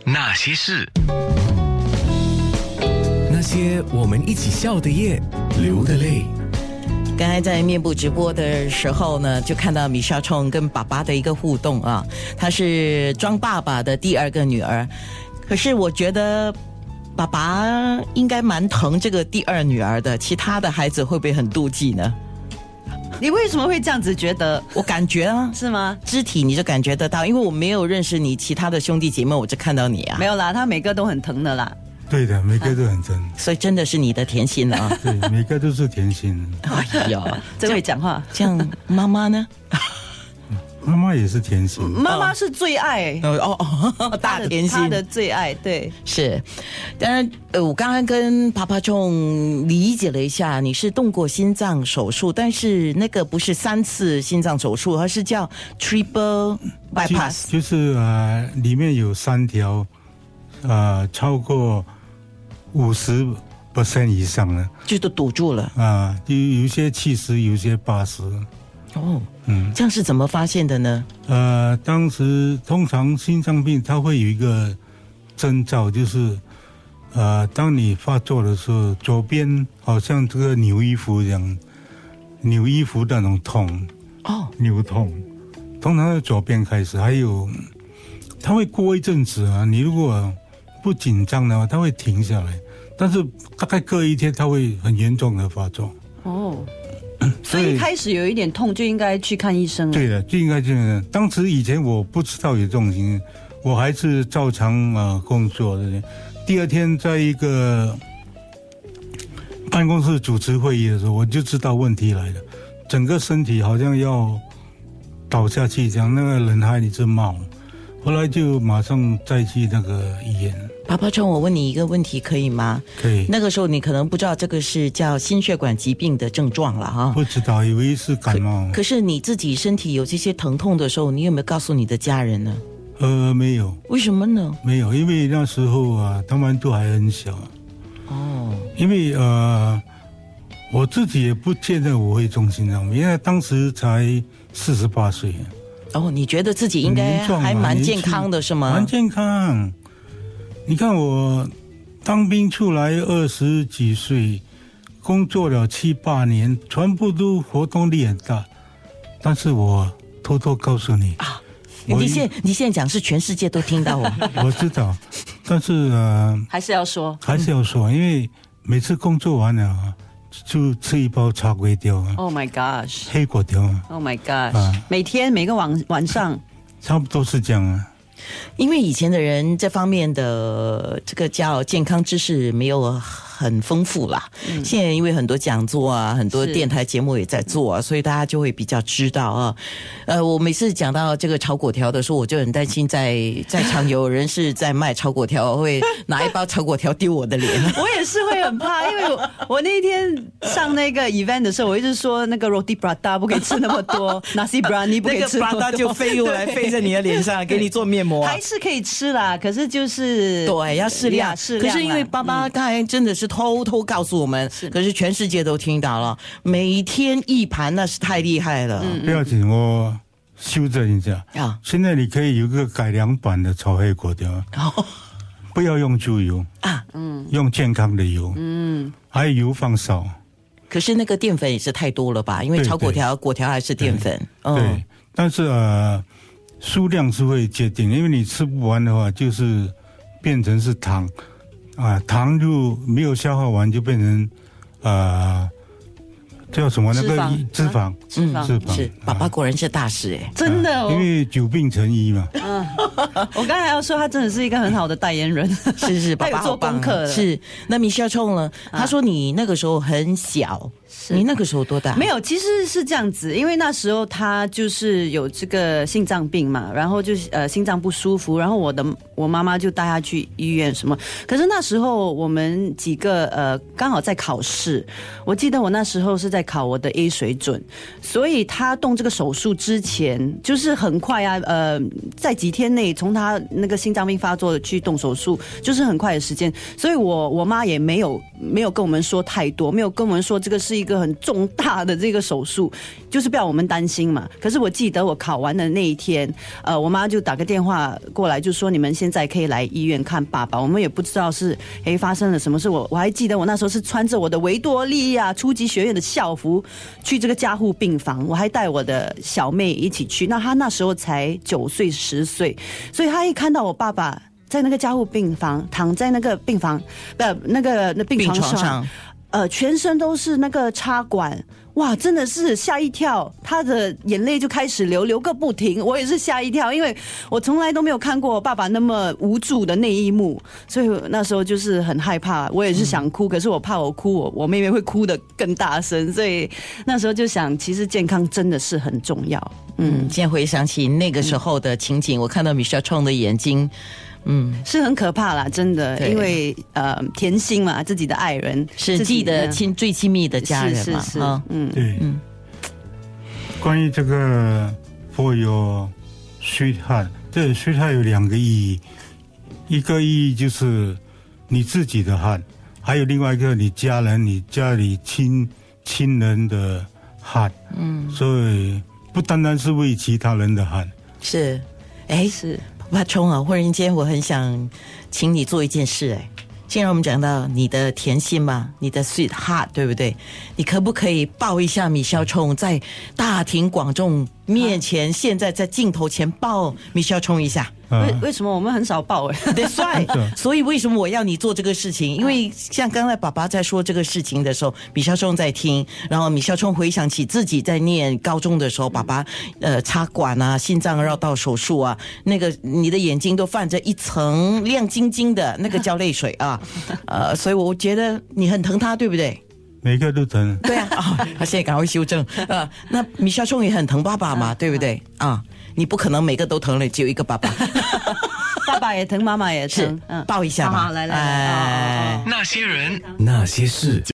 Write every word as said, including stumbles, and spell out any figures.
那些事， 那些我们一起笑的夜，流的泪。 刚才在面部直播的时候呢，就看到米莎冲跟爸爸的一个互动啊，她是庄爸爸的第二个女儿，可是我觉得爸爸应该蛮疼这个第二女儿的，其他的孩子会不会很妒忌呢？ 你为什么会这样子觉得？ 我感觉啊， 是吗？ 肢体你就感觉得到，因为我没有认识你其他的兄弟姐妹，我就看到你啊。 没有啦，他每个都很疼的啦。 对的，每个都很真， 所以真的是你的甜心了啊！ 对，每个都是甜心。 哎呀， 真会讲话。 这样妈妈呢？ 妈妈也是甜心， 妈妈是最爱哦哦，大甜心， 她的最爱，对， 是。当然，呃，我刚刚跟爬爬冲理解了一下，你是动过心脏手术，但是那个不是三次心脏手术，而是叫 triple bypass， 就, 就是呃，里面有三条，呃，超过五十 percent 以上了， 就都堵住了啊，有有些七十，有些八十。 哦，嗯，这样是怎么发现的呢？ 呃，当时通常心脏病它会有一个征兆，就是呃，当你发作的时候，左边好像这个扭衣服这样，扭衣服的那种痛， 哦， 扭痛，通常在左边开始，还有它会过一阵子啊，你如果不紧张的话，它会停下来，但是大概隔一天，它会很严重的发作。 哦。所以一开始有一点痛就应该去看医生了。 对的，就应该这样。当时以前我不知道有这种情形，我还是照常呃工作的。第二天在一个办公室主持会议的时候，我就知道问题来了，整个身体好像要倒下去，这样那个冷汗一直冒。后来就马上再去那个医院。 爬爬冲，我问你一个问题可以吗？ 可以。 那个时候你可能不知道这个是叫心血管疾病的症状了哈。 不知道，以为是感冒。 可, 可是你自己身体有这些疼痛的时候，你有没有告诉你的家人呢？ 呃，没有。 为什么呢？ 没有，因为那时候啊，他们都还很小。 哦。因为呃，我自己也不见得我会中心脏病，因为当时才四十八岁。 哦，你觉得自己应该还蛮健康的是吗？ 蛮健康。你看我当兵出来二十几岁，工作了七八年，全部都活动力很大。但是我偷偷告诉你啊， 你现你现在讲是全世界都听到我， 我知道，但是呃， 还是要说， 还是要说，因为每次工作完了就吃一包茶粿条。 Oh my gosh， 黑果条。 Oh my gosh，啊、每天每个晚晚上， 差不多是这样啊。 因为以前的人这方面的这个叫健康知识没有很丰富啦，嗯、现在因为很多讲座啊，很多电台节目也在做啊，所以大家就会比较知道啊。呃，我每次讲到这个炒粿条的时候，我就很担心在在场有人是在卖炒粿条，会拿一包炒粿条丢我的脸。 我也是会很怕，因为我我那天上那个 event 的时候，我一直说那个 roti prata 不可以吃那么多，nasi biryani 不可以吃那么多， 那个 prata 就飞过来飞在你的脸上，给你做面膜、啊。 还是可以吃啦，可是就是对要适量，适量。可是因为爸爸刚才真的是偷偷告诉我们，嗯、可是全世界都听到了，每天一盘那是太厉害了。 嗯、不要紧，我修正一下啊。现在你可以有个改良版的炒黑粿条，哦、不要用猪油啊，嗯，用健康的油，嗯，还有油放少。 可是那个淀粉也是太多了吧？因为炒粿条，粿条还是淀粉。 对，对嗯、但是呃。数量是会决定，因为你吃不完的话，就是变成是糖，啊，糖就没有消化完，就变成，呃，叫什么那个脂肪， 脂肪， 脂肪。是，爸爸果然是大师哎， 真的、哦， 因为久病成医嘛。 嗯，我刚才要说他真的是一个很好的代言人， 是是， 他有做功课的。 是，那米歇冲呢？他说你那个时候很小。你那个时候多大？ 没有，其实是这样子，因为那时候他就是有这个心脏病嘛，然后就是呃心脏不舒服，然后我的我妈妈就带他去医院什么。可是那时候我们几个呃刚好在考试，我记得我那时候是在考我的 A 水准，所以他动这个手术之前就是很快啊，呃在几天内从他那个心脏病发作去动手术，就是很快的时间，所以我我妈也没有没有跟我们说太多，没有跟我们说这个是一个很重大的这个手术，就是不要我们担心嘛。可是我记得我考完的那一天，呃，我妈就打个电话过来，就说你们现在可以来医院看爸爸。我们也不知道是诶发生了什么事，我我还记得我那时候是穿着我的维多利亚初级学院的校服去这个加护病房，我还带我的小妹一起去。那她那时候才九岁十岁，所以她一看到我爸爸在那个加护病房躺在那个病房不那个那病床上， 病床上呃，全身都是那个插管，哇，真的是吓一跳，他的眼泪就开始流，流个不停。我也是吓一跳，因为我从来都没有看过我爸爸那么无助的那一幕，所以那时候就是很害怕。我也是想哭，嗯、可是我怕我哭，我我妹妹会哭得更大声，所以那时候就想，其实健康真的是很重要。 嗯，现在回想起那个时候的情景，嗯、我看到米莎冲的眼睛。嗯， 是很可怕啦，真的，因为呃，甜心嘛，自己的爱人是自己的亲最亲密的家人嘛， 是是是，嗯， 对，嗯。关于这个 for your sweetheart， 这 sweetheart 有两个意义，一个意义就是你自己的heart，还有另外一个你家人、你家里亲亲人的heart，嗯，所以不单单是为其他人的heart， 是，哎，是。爸冲啊，忽然间我很想请你做一件事哎。既然我们讲到你的甜心嘛，你的 sweet heart， 对不对？你可不可以抱一下米肖冲，在大庭广众面前，啊、现在在镜头前抱米肖冲一下？ 为为什么我们很少抱哎？ 对，帅。所以为什么我要你做这个事情？因为像刚才爸爸在说这个事情的时候，米肖冲在听，然后米肖冲回想起自己在念高中的时候，爸爸呃插管啊，心脏绕道手术啊，那个你的眼睛都泛着一层亮晶晶的那个叫泪水啊，呃，所以我觉得你很疼他，对不对？ 每个都疼。 对啊，哦、他现在赶快修正啊。那米肖冲也很疼爸爸嘛，对不对啊？你不可能每个都疼了，只有一个爸爸。 爸爸也疼，妈妈也疼， 嗯，抱一下吧。 好好来来来， 那些人，那些事。